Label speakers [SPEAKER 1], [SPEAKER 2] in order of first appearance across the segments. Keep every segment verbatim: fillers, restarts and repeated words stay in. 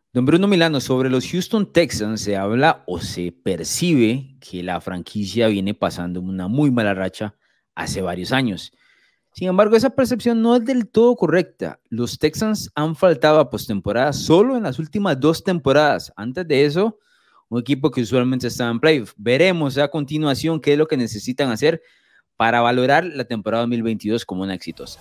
[SPEAKER 1] Don Bruno Milano, sobre los Houston Texans se habla o se percibe que la franquicia viene pasando una muy mala racha hace varios años. Sin embargo, esa percepción no es del todo correcta. Los Texans han faltado a postemporada solo en las últimas dos temporadas. Antes de eso, un equipo que usualmente estaba en playoff. Veremos a continuación qué es lo que necesitan hacer para valorar la temporada dos mil veintidós como una exitosa.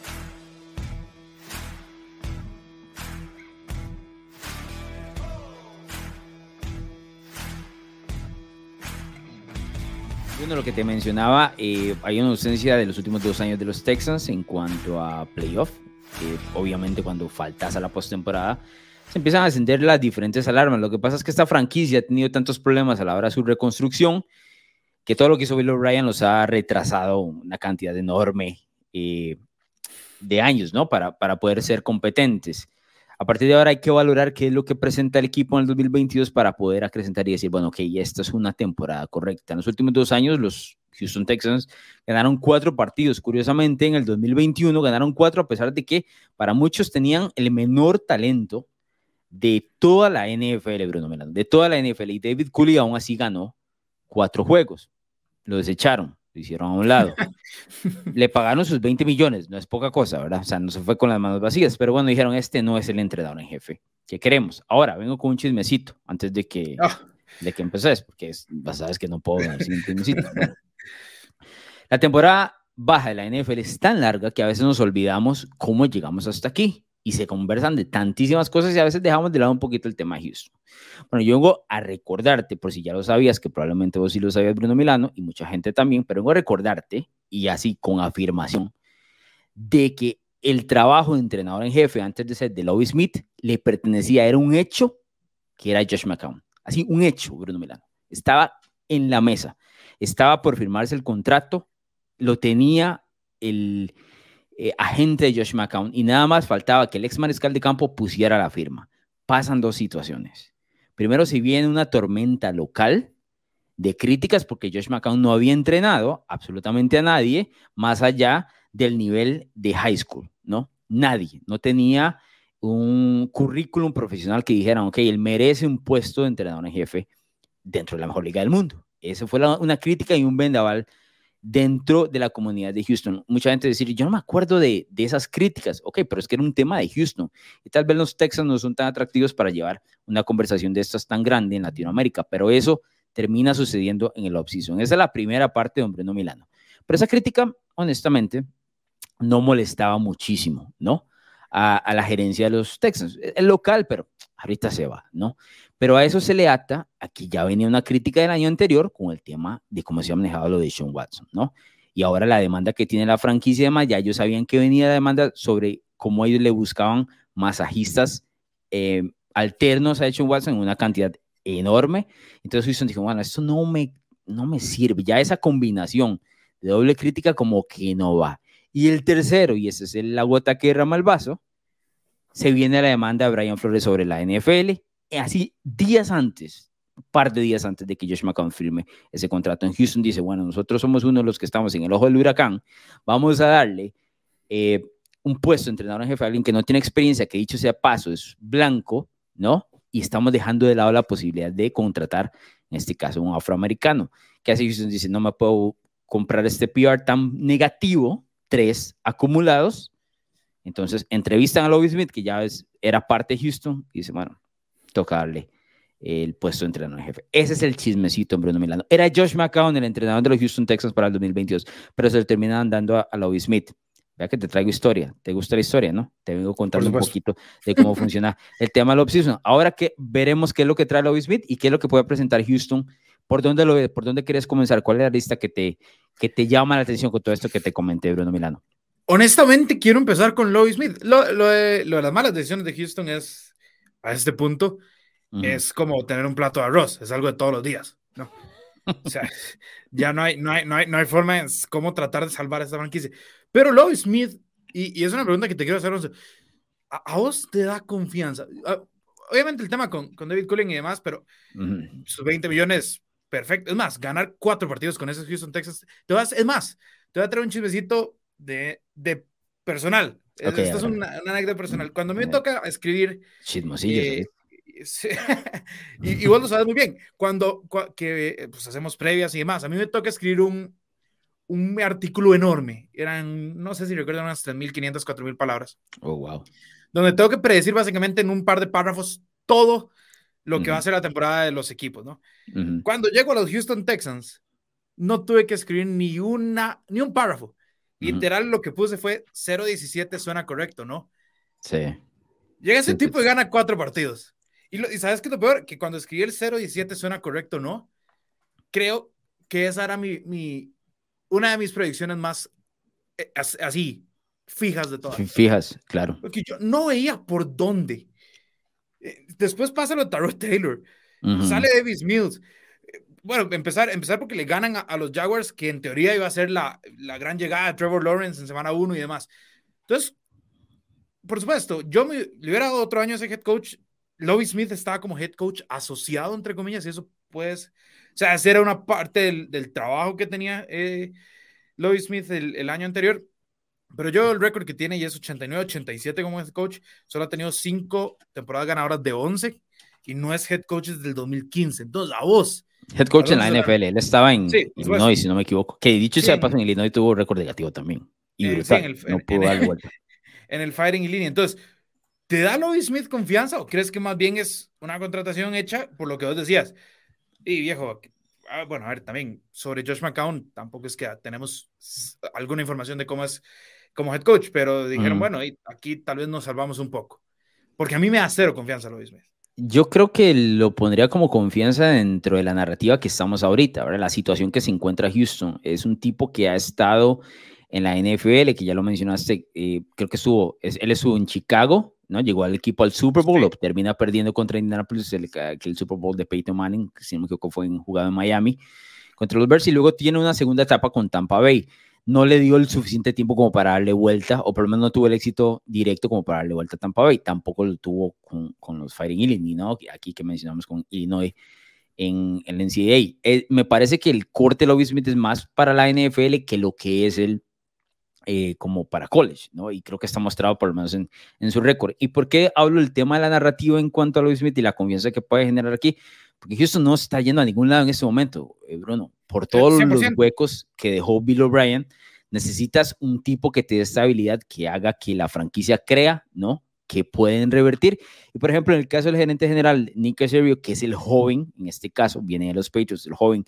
[SPEAKER 1] Bueno, lo que te mencionaba, eh, hay una ausencia de los últimos dos años de los Texans en cuanto a playoff. Eh, obviamente, cuando faltas a la postemporada, se empiezan a encender las diferentes alarmas. Lo que pasa es que esta franquicia ha tenido tantos problemas a la hora de su reconstrucción que todo lo que hizo Bill O'Brien los ha retrasado una cantidad enorme eh, de años, ¿no? Para, para poder ser competentes. A partir de ahora hay que valorar qué es lo que presenta el equipo en el dos mil veintidós para poder acrecentar y decir, bueno, ok, esta es una temporada correcta. En los últimos dos años, los Houston Texans ganaron cuatro partidos. Curiosamente, en el dos mil veintiuno ganaron cuatro, a pesar de que para muchos tenían el menor talento de toda la N F L, Bruno Milano, de toda la N F L. Y David Culley aún así ganó cuatro juegos. Lo desecharon, lo hicieron a un lado. Le pagaron sus veinte millones, no es poca cosa, ¿verdad? O sea, no se fue con las manos vacías, pero bueno, dijeron, este no es el entrenador en jefe que queremos. Ahora, vengo con un chismecito antes de que, oh. de que empeces, porque es, sabes que no puedo dar sin chismecito. Bueno, la temporada baja de la N F L es tan larga que a veces nos olvidamos cómo llegamos hasta aquí y se conversan de tantísimas cosas y a veces dejamos de lado un poquito el tema de Houston. Bueno, yo vengo a recordarte, por si ya lo sabías, que probablemente vos sí lo sabías, Bruno Milano, y mucha gente también, pero vengo a recordarte, y así con afirmación, de que el trabajo de entrenador en jefe antes de ser de Lovie Smith le pertenecía, era un hecho que era Josh McCown. Así, un hecho, Bruno Milano. Estaba en la mesa, estaba por firmarse el contrato, lo tenía el eh, agente de Josh McCown y nada más faltaba que el ex mariscal de campo pusiera la firma. Pasan dos situaciones. Primero, si viene una tormenta local de críticas porque Josh McCown no había entrenado absolutamente a nadie más allá del nivel de high school, ¿no? Nadie, no tenía un currículum profesional que dijeran, ok, él merece un puesto de entrenador en jefe dentro de la mejor liga del mundo. Esa fue la, una crítica y un vendaval dentro de la comunidad de Houston. Mucha gente decir, yo no me acuerdo de, de esas críticas. Ok, pero es que era un tema de Houston. Y tal vez los Texans no son tan atractivos para llevar una conversación de estas tan grande en Latinoamérica, pero eso termina sucediendo en el off-season. Esa es la primera parte de Don Bruno Milano. Pero esa crítica, honestamente, no molestaba muchísimo, ¿no? A, a la gerencia de los Texans. El local, pero ahorita se va, ¿no? Pero a eso se le ata a que ya venía una crítica del año anterior con el tema de cómo se ha manejado lo de Sean Watson, ¿no? Y ahora la demanda que tiene la franquicia y demás, ya ellos sabían que venía la demanda sobre cómo ellos le buscaban masajistas eh, alternos a Sean Watson en una cantidad enorme. Entonces Houston dijo, bueno, esto no me, no me sirve. Ya esa combinación de doble crítica como que no va. Y el tercero, y ese es la gota que derrama el vaso, se viene la demanda de Brian Flores sobre la N F L, así días antes, un par de días antes de que Josh McCown firme ese contrato en Houston, dice, bueno, nosotros somos uno de los que estamos en el ojo del huracán, vamos a darle eh, un puesto de entrenador en jefe a alguien que no tiene experiencia, que dicho sea paso, es blanco, ¿no? Y estamos dejando de lado la posibilidad de contratar, en este caso, un afroamericano. ¿Qué hace Houston? Dice, no me puedo comprar este P R tan negativo, tres acumulados. Entonces entrevistan a Lovie Smith, que ya es, era parte de Houston, y dice, bueno, toca darle el puesto de entrenador en jefe. Ese es el chismecito en Bruno Milano. Era Josh McCown, el entrenador de los Houston Texans para el dos mil veintidós, pero se le terminan dando a, a Lovie Smith. Vea que te traigo historia. ¿Te gusta la historia, no? Te vengo contando un poquito de cómo funciona el tema de la off-season. Ahora que veremos qué es lo que trae Lovie Smith y qué es lo que puede presentar Houston. ¿Por dónde lo ves? ¿Por dónde quieres comenzar? ¿Cuál es la lista que te, que te llama la atención con todo esto que te comenté, Bruno Milano?
[SPEAKER 2] Honestamente, quiero empezar con Lovie Smith. Lo, lo, de, lo de las malas decisiones de Houston es, a este punto, uh-huh. es como tener un plato de arroz. Es algo de todos los días, ¿no? O sea, ya no hay, no hay, no hay, no hay forma de cómo tratar de salvar esta franquicia. Pero Lovie Smith, y, y es una pregunta que te quiero hacer, ¿a, a vos te da confianza? Obviamente el tema con, con David Cullen y demás, pero uh-huh. sus veinte millones, perfecto. Es más, ganar cuatro partidos con esos Houston Texans, te vas, es más, te voy a traer un chismecito de, de personal. Okay, Esta es una, una anécdota personal. Cuando me toca escribir
[SPEAKER 1] chismosillos,
[SPEAKER 2] eh, sí, y, y vos lo sabes muy bien, cuando cu- que, pues, hacemos previas y demás, a mí me toca escribir un, un artículo enorme, eran, no sé si recuerdan, unas tres mil quinientas, cuatro mil palabras,
[SPEAKER 1] Oh, wow.
[SPEAKER 2] donde tengo que predecir básicamente en un par de párrafos todo lo que va a
[SPEAKER 1] Ujú,
[SPEAKER 2] ser la temporada de los equipos, ¿no?
[SPEAKER 1] ujú,
[SPEAKER 2] Cuando llego a los Houston Texans, no tuve que escribir ni una, ni un párrafo.
[SPEAKER 1] ujú.
[SPEAKER 2] Literal, lo que puse fue cero diecisiete suena correcto, ¿no?
[SPEAKER 1] Sí,
[SPEAKER 2] Llega ese
[SPEAKER 1] sí, sí,
[SPEAKER 2] tipo y
[SPEAKER 1] sí.
[SPEAKER 2] gana cuatro partidos. Y, lo, y ¿sabes qué es lo peor? Que cuando escribí el cero diecisiete suena correcto, ¿no? Creo que esa era mi, mi una de mis predicciones más eh, así, fijas de
[SPEAKER 1] F-
[SPEAKER 2] todas.
[SPEAKER 1] Fijas, claro.
[SPEAKER 2] Porque yo no veía por dónde. Eh, después pasa lo de Tyrod Taylor.
[SPEAKER 1] Ujú,
[SPEAKER 2] Sale Davis Mills. Eh, Bueno, empezar, empezar porque le ganan a, a, los Jaguars, que en teoría iba a ser la, la gran llegada de Trevor Lawrence en semana uno y demás. Entonces, por supuesto, yo me le hubiera dado otro año a ese head coach. Lovie Smith estaba como head coach asociado, entre comillas, y eso pues, o sea, esa era una parte del, del trabajo que tenía eh, Lovie Smith el, el año anterior. Pero yo el récord que tiene ya es ochenta y nueve ochenta y siete como head coach. Solo ha tenido cinco temporadas ganadoras de once y no es head coach desde el dos mil quince. Entonces, a vos,
[SPEAKER 1] Head
[SPEAKER 2] ¿a
[SPEAKER 1] coach en
[SPEAKER 2] dónde
[SPEAKER 1] la
[SPEAKER 2] se la...
[SPEAKER 1] N F L. Él estaba en
[SPEAKER 2] Sí, por
[SPEAKER 1] Illinois,
[SPEAKER 2] supuesto.
[SPEAKER 1] si no me equivoco. Que dicho
[SPEAKER 2] Sí,
[SPEAKER 1] sea de paso,
[SPEAKER 2] en,
[SPEAKER 1] en Illinois tuvo récord negativo también. Y
[SPEAKER 2] eh, sí, en,
[SPEAKER 1] brutal.
[SPEAKER 2] el,
[SPEAKER 1] No
[SPEAKER 2] en,
[SPEAKER 1] pudo darle
[SPEAKER 2] en,
[SPEAKER 1] vuelta.
[SPEAKER 2] en el fighting en línea. Entonces, ¿te da Lovie Smith confianza o crees que más bien es una contratación hecha por lo que vos decías? Y viejo, ah, bueno, a ver, también sobre Josh McCown, tampoco es que tenemos alguna información de cómo es como head coach, pero dijeron,
[SPEAKER 1] Ujú.
[SPEAKER 2] bueno, aquí tal vez nos salvamos un poco. Porque a mí me da cero confianza Lovie Smith.
[SPEAKER 1] Yo creo que lo pondría como confianza dentro de la narrativa que estamos ahorita, ¿verdad? La situación que se encuentra Houston. Es un tipo que ha estado en la N F L, que ya lo mencionaste, eh, creo que estuvo, es, él estuvo en Chicago, ¿no? Llegó al equipo al Super Bowl, lo
[SPEAKER 2] Sí,
[SPEAKER 1] termina perdiendo contra Indianapolis, el, que el Super Bowl de Peyton Manning, que si no me equivoco fue en, jugado en Miami, contra los Bears, y luego tiene una segunda etapa con Tampa Bay. No le dio el suficiente tiempo como para darle vuelta, o por lo menos no tuvo el éxito directo como para darle vuelta a Tampa Bay. Tampoco lo tuvo con, con los Fighting Illinois, ¿no? Aquí que mencionamos con Illinois en el N C A A. Eh, me parece que el corte de Lovie Smith es más para la N F L que lo que es el eh, como para college, ¿no? Y creo que está mostrado por lo menos en, en su récord. ¿Y por qué hablo del tema de la narrativa en cuanto a Lovie Smith y la confianza que puede generar aquí? Porque Houston no está yendo a ningún lado en este momento, eh, Bruno. Por todos
[SPEAKER 2] cien por
[SPEAKER 1] los
[SPEAKER 2] ciento.
[SPEAKER 1] huecos que dejó Bill O'Brien, necesitas un tipo que te dé estabilidad, que haga que la franquicia crea, ¿no? Que pueden revertir. Y por ejemplo, en el caso del gerente general, Nick Caserio, que es el joven, en este caso, viene de los Patriots, el joven,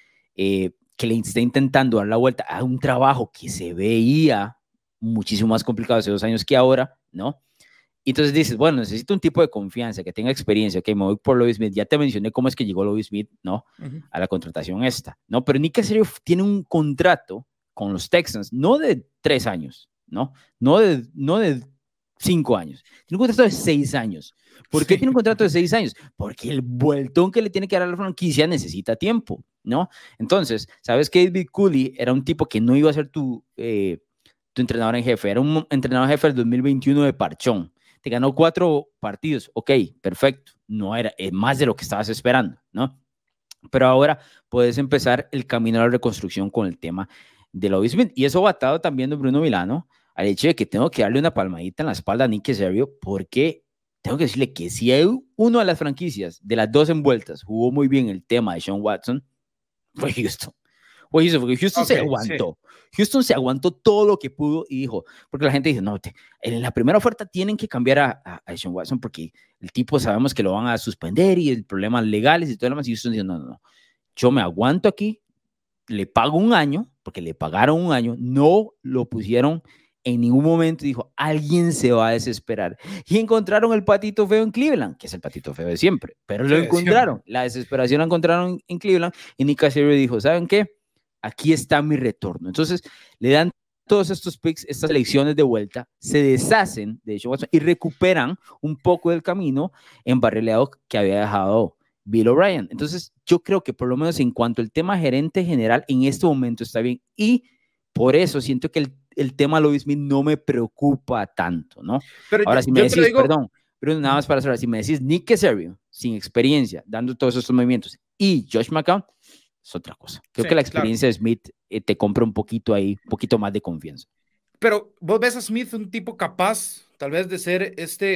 [SPEAKER 1] eh, que le está intentando dar la vuelta a un trabajo que se veía muchísimo más complicado hace dos años que ahora, ¿no? Y entonces dices, bueno, necesito un tipo de confianza, que tenga experiencia, ok, me voy por Lovie Smith, ya te mencioné cómo es que llegó Lovie Smith, ¿no?
[SPEAKER 2] Uh -huh.
[SPEAKER 1] A la contratación esta, ¿no? Pero Nick Caserio tiene un contrato con los Texans, no de tres años, ¿no? No de, no de cinco años, tiene un contrato de seis años. ¿Por qué
[SPEAKER 2] Sí.
[SPEAKER 1] tiene un contrato de seis años? Porque el vueltón que le tiene que dar a la franquicia necesita tiempo, ¿no? Entonces, ¿sabes que David Cooley era un tipo que no iba a ser tu, eh, tu entrenador en jefe? Era un entrenador en jefe del dos mil veintiuno de parchón. Te ganó cuatro partidos, ok, perfecto. No era es más de lo que estabas esperando, ¿no? Pero ahora puedes empezar el camino a la reconstrucción con el tema de Lovie Smith. Y eso va atado también de Bruno Milano al hecho de que tengo que darle una palmadita en la espalda a Nick Caserio, porque tengo que decirle que si hay uno de las franquicias de las dos envueltas jugó muy bien el tema de Sean Watson, fue Houston. Fue Houston, porque Houston
[SPEAKER 2] Ok,
[SPEAKER 1] se
[SPEAKER 2] sí.
[SPEAKER 1] aguantó. Houston se aguantó todo lo que pudo y dijo, porque la gente dice, no, te, en la primera oferta tienen que cambiar a, a, a Sean Watson porque el tipo sabemos que lo van a suspender y el problemas legales y todo lo demás. Y Houston dice, no, no, no, yo me aguanto aquí, le pago un año, porque le pagaron un año, no lo pusieron en ningún momento y dijo, alguien se va a desesperar. Y encontraron el patito feo en Cleveland, que es el patito feo de siempre, pero lo
[SPEAKER 2] Sí,
[SPEAKER 1] encontraron. La desesperación la encontraron en Cleveland y Nick Caserio dijo, ¿saben qué? Aquí está mi retorno. Entonces le dan todos estos picks, estas elecciones de vuelta, se deshacen de Sean Watson y recuperan un poco del camino embarreleado que había dejado Bill O'Brien. Entonces yo creo que por lo menos en cuanto al tema gerente general en este momento está bien y por eso siento que el, el tema Lovie Smith no me preocupa tanto, ¿no?
[SPEAKER 2] Pero
[SPEAKER 1] Ahora,
[SPEAKER 2] yo,
[SPEAKER 1] si me
[SPEAKER 2] yo te lo
[SPEAKER 1] decís,
[SPEAKER 2] digo.
[SPEAKER 1] perdón, pero nada más para cerrar, si me decís Nick Caserio, sin experiencia, dando todos estos movimientos, y Josh McCown, es otra cosa. Creo
[SPEAKER 2] Sí,
[SPEAKER 1] que la
[SPEAKER 2] claro.
[SPEAKER 1] experiencia de Smith eh, te compra un poquito ahí, un poquito más de confianza.
[SPEAKER 2] Pero vos ves a Smith un tipo capaz, tal vez, de ser este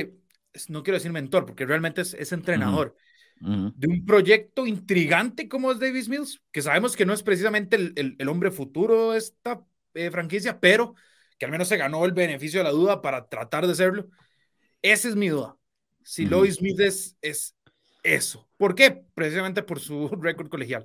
[SPEAKER 2] no quiero decir mentor, porque realmente es, es entrenador,
[SPEAKER 1] uh-huh. Uh-huh.
[SPEAKER 2] de un proyecto intrigante como es Davis Mills, que sabemos que no es precisamente el, el, el hombre futuro de esta eh, franquicia, pero que al menos se ganó el beneficio de la duda para tratar de serlo. Esa es mi duda. Si uh-huh. Lovie Smith es, es eso. ¿Por qué? Precisamente por su récord colegial.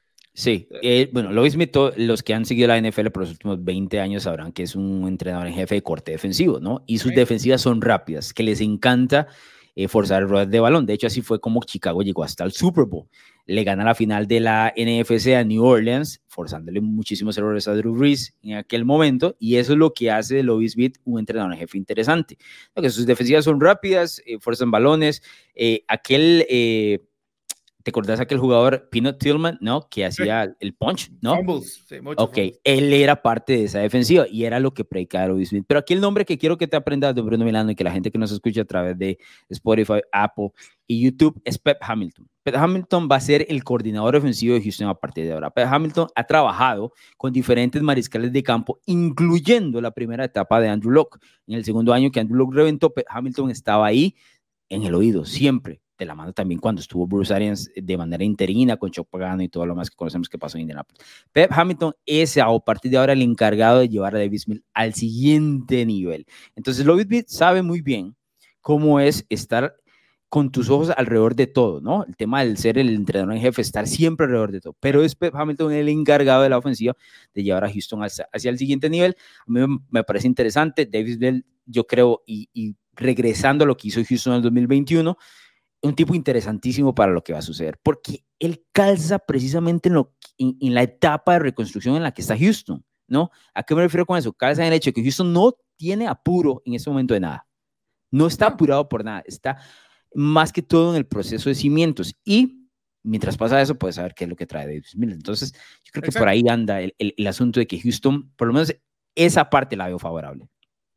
[SPEAKER 1] Sí, eh, bueno, Lovie Smith, los que han seguido la N F L por los últimos veinte años sabrán que es un entrenador en jefe de corte defensivo, ¿no? Y sus sí. defensivas son rápidas, que les encanta eh, forzar el rodeo de balón. De hecho, así fue como Chicago llegó hasta el Super Bowl. Le gana la final de la N F C a New Orleans, forzándole muchísimos errores a Drew Brees en aquel momento, y eso es lo que hace de Lovie Smith un entrenador en jefe interesante. Porque sus defensivas son rápidas, eh, forzan balones, eh, aquel... Eh, ¿te acordás de aquel jugador, Peanut Tillman, no? Que hacía sí. el punch, ¿no?
[SPEAKER 2] Fumbles, sí, mucho
[SPEAKER 1] ok,
[SPEAKER 2] fumbles.
[SPEAKER 1] Él era parte de esa defensiva y era lo que predicaba Lovie Smith. Pero aquí el nombre que quiero que te aprendas de Bruno Milano y que la gente que nos escucha a través de Spotify, Apple y YouTube es Pep Hamilton. Pep Hamilton va a ser el coordinador ofensivo de Houston a partir de ahora. Pep Hamilton ha trabajado con diferentes mariscales de campo, incluyendo la primera etapa de Andrew Luck. En el segundo año que Andrew Luck reventó, Pep Hamilton estaba ahí en el oído, siempre. De la mano también cuando estuvo Bruce Arians de manera interina con Chuck Pagano y todo lo más que conocemos que pasó en Indianapolis. Pep Hamilton es a partir de ahora el encargado de llevar a Davis Mills al siguiente nivel. Entonces Lovie Smith sabe muy bien cómo es estar con tus ojos alrededor de todo, ¿no? El tema del ser el entrenador en jefe, estar siempre alrededor de todo. Pero es Pep Hamilton el encargado de la ofensiva de llevar a Houston hacia, hacia el siguiente nivel. A mí me parece interesante. Davis Mills, yo creo, y, y regresando a lo que hizo Houston en el dos mil veintiuno, un tipo interesantísimo para lo que va a suceder, porque él calza precisamente en, lo, en, en la etapa de reconstrucción en la que está Houston, ¿no? ¿A qué me refiero con eso? Calza en el hecho de que Houston no tiene apuro en este momento de nada, no está apurado por nada, está más que todo en el proceso de cimientos, y mientras pasa eso, puedes saber qué es lo que trae Davis Mills. Entonces, yo creo que Exacto. por ahí anda el, el, el asunto de que Houston, por lo menos esa parte la veo favorable.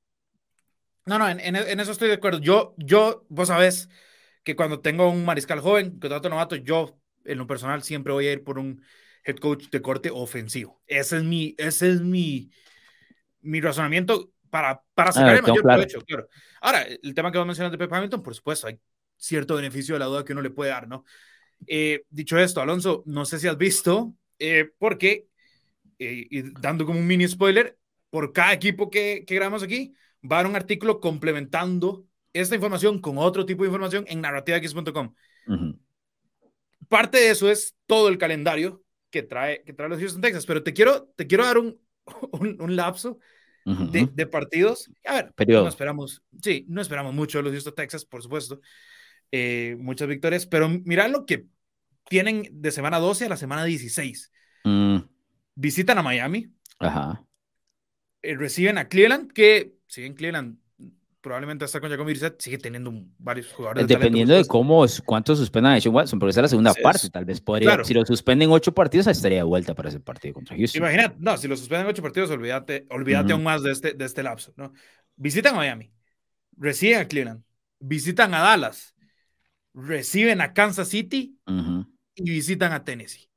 [SPEAKER 2] No, no, en, en, en eso estoy de acuerdo. Yo, yo, vos sabés que cuando tengo un mariscal joven, contrato novato, yo en lo personal siempre voy a ir por un head coach de corte ofensivo. Ese es mi, ese es mi, mi razonamiento para, para sacar ah, el mayor claro. provecho, claro. Ahora, el tema que vos mencionas de Pep Hamilton, por supuesto, hay cierto beneficio de la duda que uno le puede dar, ¿no? Eh, dicho esto, Alonso, no sé si has visto, eh, porque, eh, y dando como un mini spoiler, por cada equipo que, que grabamos aquí, va a haber un artículo complementando esta información con otro tipo de información en narrativa x punto com. Uh-huh. Parte de eso es todo el calendario que trae, que trae los Houston Texans, pero te quiero, te quiero dar un, un, un lapso uh-huh. de, de partidos. A ver, Periodo. no esperamos, sí, no esperamos mucho de los Houston Texans, por supuesto, eh, muchas victorias, pero mira lo que tienen de semana doce a la semana dieciséis. Uh-huh. Visitan a Miami,
[SPEAKER 1] uh-huh.
[SPEAKER 2] eh, reciben a Cleveland, que si bien Cleveland probablemente hasta con Jacoby Brissett sigue teniendo un, varios jugadores
[SPEAKER 1] de dependiendo
[SPEAKER 2] talento,
[SPEAKER 1] de cómo, cuánto suspendan a Sean Watson, porque esa es la segunda sí, parte, tal vez podría, claro. si lo suspenden ocho partidos, estaría de vuelta para ese partido contra Houston.
[SPEAKER 2] Imagínate, no, si lo suspenden ocho partidos, olvídate, olvídate uh-huh. aún más de este, de este lapso, ¿no? Visitan a Miami, reciben a Cleveland, visitan a Dallas, reciben a Kansas City uh-huh. y visitan a Tennessee.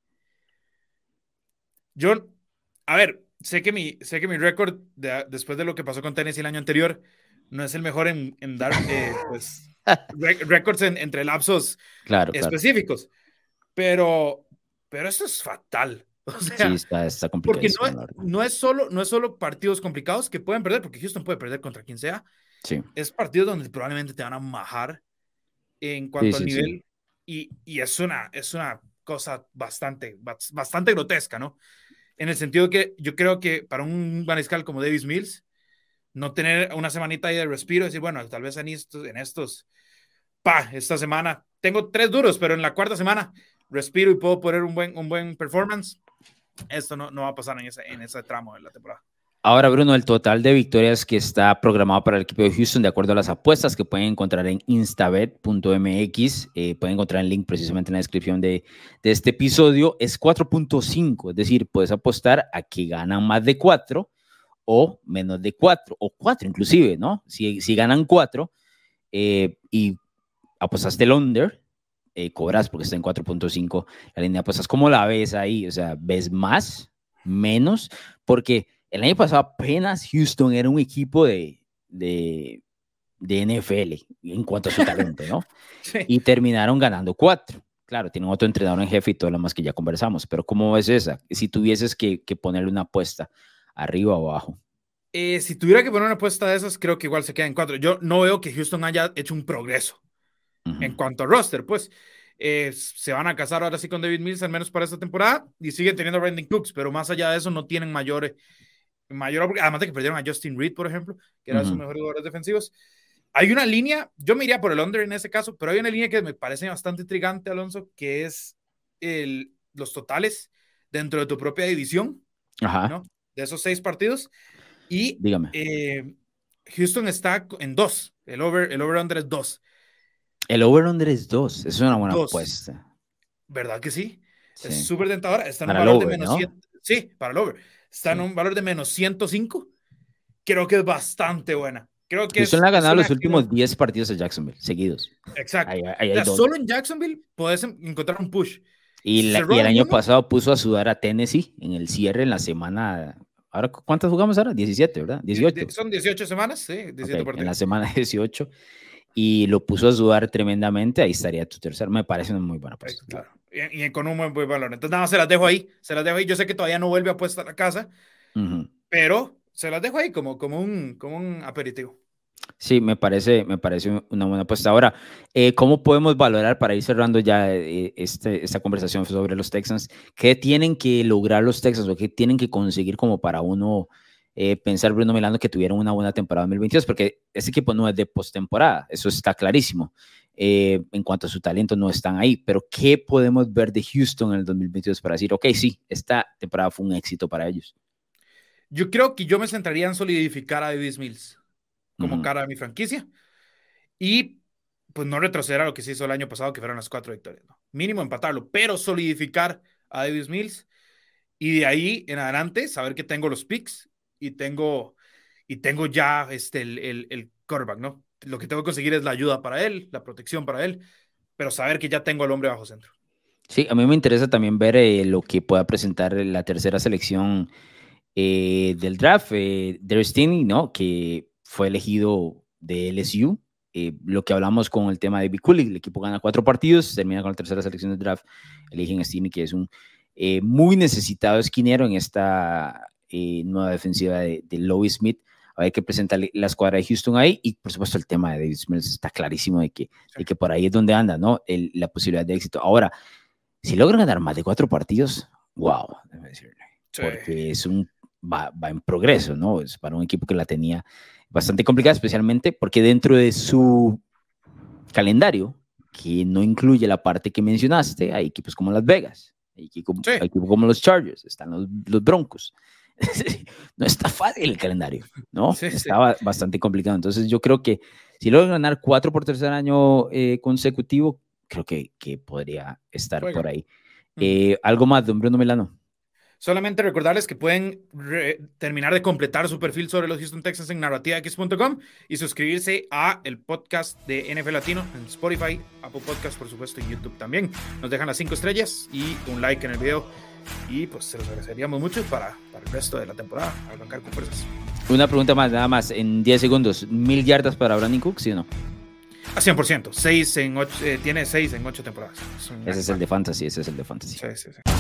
[SPEAKER 2] Yo, a ver, sé que mi, sé que mi récord de, después de lo que pasó con Tennessee el año anterior no es el mejor en, en dar eh, pues, récords en, entre lapsos
[SPEAKER 1] claro,
[SPEAKER 2] específicos, claro. pero, pero eso es fatal. O sea,
[SPEAKER 1] sí, está, está complicado.
[SPEAKER 2] Porque no es, no, es solo, no es solo partidos complicados que pueden perder, porque Houston puede perder contra quien sea.
[SPEAKER 1] Sí.
[SPEAKER 2] Es partidos donde probablemente te van a majar en cuanto
[SPEAKER 1] sí,
[SPEAKER 2] al
[SPEAKER 1] sí,
[SPEAKER 2] nivel,
[SPEAKER 1] sí.
[SPEAKER 2] Y, y es, una, es una cosa bastante, bastante grotesca, ¿no? En el sentido que yo creo que para un mariscal como Davis Mills, no tener una semanita ahí de respiro, decir, bueno, tal vez en estos, en estos, pa, esta semana, tengo tres duros, pero en la cuarta semana respiro y puedo poner un buen, un buen performance. Esto no, no va a pasar en ese, en ese tramo de la temporada.
[SPEAKER 1] Ahora, Bruno, el total de victorias que está programado para el equipo de Houston, de acuerdo a las apuestas que pueden encontrar en instabet punto m x, eh, pueden encontrar el link precisamente en la descripción de, de este episodio, es cuatro punto cinco, es decir, puedes apostar a que ganan más de cuatro o menos de cuatro, o cuatro inclusive, ¿no? Si, si ganan cuatro eh, y apostaste el under, eh, cobras porque está en cuatro punto cinco la línea de apuestas. ¿Cómo la ves ahí? O sea, ¿ves más? ¿Menos? Porque el año pasado apenas Houston era un equipo de, de de N F L en cuanto a su talento, ¿no?
[SPEAKER 2] Sí.
[SPEAKER 1] Y terminaron ganando cuatro. Claro, tienen otro entrenador en jefe y todo lo más que ya conversamos, pero ¿cómo ves esa? Si tuvieses que, que ponerle una apuesta, arriba o abajo.
[SPEAKER 2] Eh, si tuviera que poner una apuesta de esas, creo que igual se queda en cuatro. Yo no veo que Houston haya hecho un progreso uh-huh. en cuanto a roster, pues. Eh, se van a casar ahora sí con David Mills, al menos para esta temporada, y siguen teniendo a Brandon Cooks, pero más allá de eso no tienen mayor, mayor además de que perdieron a Justin Reed, por ejemplo, que era uh-huh. sus mejores jugadores defensivos. Hay una línea, yo me iría por el under en ese caso, pero hay una línea que me parece bastante intrigante, Alonso, que es el, los totales dentro de tu propia división,
[SPEAKER 1] Ajá.
[SPEAKER 2] ¿no? De esos seis partidos, y
[SPEAKER 1] dígame.
[SPEAKER 2] Eh, Houston está en dos, el over, el over-under es dos.
[SPEAKER 1] El over-under es dos, es una buena
[SPEAKER 2] dos.
[SPEAKER 1] apuesta.
[SPEAKER 2] ¿Verdad que sí?
[SPEAKER 1] sí.
[SPEAKER 2] Es súper tentadora. Está en
[SPEAKER 1] para
[SPEAKER 2] un valor
[SPEAKER 1] over,
[SPEAKER 2] de menos
[SPEAKER 1] ¿no?
[SPEAKER 2] cien. Sí, para el over. Está sí. en un valor de menos ciento cinco. Creo que es bastante buena. Creo que
[SPEAKER 1] Houston
[SPEAKER 2] es,
[SPEAKER 1] le ha ganado
[SPEAKER 2] es
[SPEAKER 1] los últimos diez partidos de Jacksonville, seguidos.
[SPEAKER 2] Exacto.
[SPEAKER 1] Ahí, ahí, ahí
[SPEAKER 2] o sea, solo en Jacksonville puedes encontrar un push.
[SPEAKER 1] Y, la, y el año uno, pasado puso a sudar a Tennessee en el cierre en la semana. Ahora, ¿cuántas jugamos ahora? diecisiete, ¿verdad? dieciocho.
[SPEAKER 2] Son dieciocho semanas, sí. diecisiete
[SPEAKER 1] okay,
[SPEAKER 2] partidos.
[SPEAKER 1] En la semana dieciocho. Y lo puso a sudar tremendamente. Ahí estaría tu tercero. Me parece una muy buena apuesta.
[SPEAKER 2] Claro. Y, y con un buen, buen valor. Entonces, nada más se las dejo ahí. Se las dejo ahí. Yo sé que todavía no vuelve a apuesta a la casa, uh-huh. pero se las dejo ahí como, como, un, como un aperitivo.
[SPEAKER 1] Sí, me parece, me parece una buena apuesta. Ahora, eh, ¿cómo podemos valorar, para ir cerrando ya eh, este, esta conversación sobre los Texans, qué tienen que lograr los Texans o qué tienen que conseguir como para uno eh, pensar, Bruno Milano, que tuvieron una buena temporada en dos mil veintidós? Porque ese equipo no es de postemporada, eso está clarísimo. Eh, en cuanto a su talento, no están ahí. Pero, ¿qué podemos ver de Houston en el dos mil veintidós para decir, ok, sí, esta temporada fue un éxito para ellos?
[SPEAKER 2] Yo creo que yo me centraría en solidificar a Davis Mills como uh-huh. cara de mi franquicia y pues no retroceder a lo que se hizo el año pasado, que fueron las cuatro victorias, ¿no? Mínimo empatarlo, pero solidificar a Davis Mills y de ahí en adelante saber que tengo los picks y tengo, y tengo ya este, el, el, el quarterback, ¿no? Lo que tengo que conseguir es la ayuda para él, la protección para él, pero saber que ya tengo al hombre bajo centro.
[SPEAKER 1] Sí, a mí me interesa también ver eh, lo que pueda presentar la tercera selección eh, del draft, eh, Derek Stingley, ¿no? Que fue elegido de L S U. Eh, lo que hablamos con el tema de David Culley, el equipo gana cuatro partidos, termina con la tercera selección del draft, eligen a Stingley, que es un eh, muy necesitado esquinero en esta eh, nueva defensiva de, de Lovie Smith. A ver qué presenta la escuadra de Houston ahí, y por supuesto el tema de David Mills está clarísimo de que, de que por ahí es donde anda, ¿no? El, la posibilidad de éxito. Ahora, si logran ganar más de cuatro partidos, wow, déjame decirle, sí. porque es un, va, va en progreso, ¿no? Es para un equipo que la tenía bastante complicada, especialmente porque dentro de su calendario, que no incluye la parte que mencionaste, hay equipos como Las Vegas, hay equipos, sí. hay equipos como los Chargers, están los, los Broncos. No está fácil el calendario, ¿no? Sí, Estaba sí. bastante complicado. Entonces yo creo que si logran ganar cuatro por tercer año eh, consecutivo, creo que, que podría estar Juega. por ahí. Mm. Eh, ¿Algo más, don Bruno Milano?
[SPEAKER 2] Solamente recordarles que pueden re- terminar de completar su perfil sobre los Houston Texans en narrativa x punto com y suscribirse a el podcast de N F L Latino en Spotify, Apple Podcast, por supuesto, en YouTube también. Nos dejan las cinco estrellas y un like en el video y pues se los agradeceríamos mucho para, para el resto de la temporada, arrancar con fuerzas.
[SPEAKER 1] Una pregunta más, nada más, en diez segundos, ¿mil yardas para Brandon Cooks, sí o no?
[SPEAKER 2] A cien por ciento, seis en ocho, eh, tiene seis en ocho temporadas. Es
[SPEAKER 1] ese es el de Fantasy, ese es el de Fantasy.
[SPEAKER 2] Sí, sí, sí.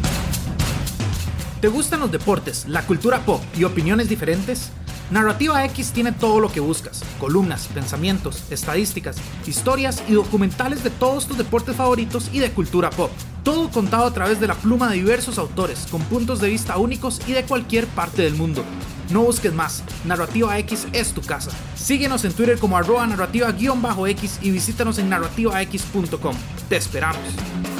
[SPEAKER 2] ¿Te gustan los deportes, la cultura pop y opiniones diferentes? Narrativa X tiene todo lo que buscas: columnas, pensamientos, estadísticas, historias y documentales de todos tus deportes favoritos y de cultura pop. Todo contado a través de la pluma de diversos autores, con puntos de vista únicos y de cualquier parte del mundo. No busques más, Narrativa X es tu casa. Síguenos en Twitter como arroba narrativa-x y visítanos en narrativa x punto com. Te esperamos.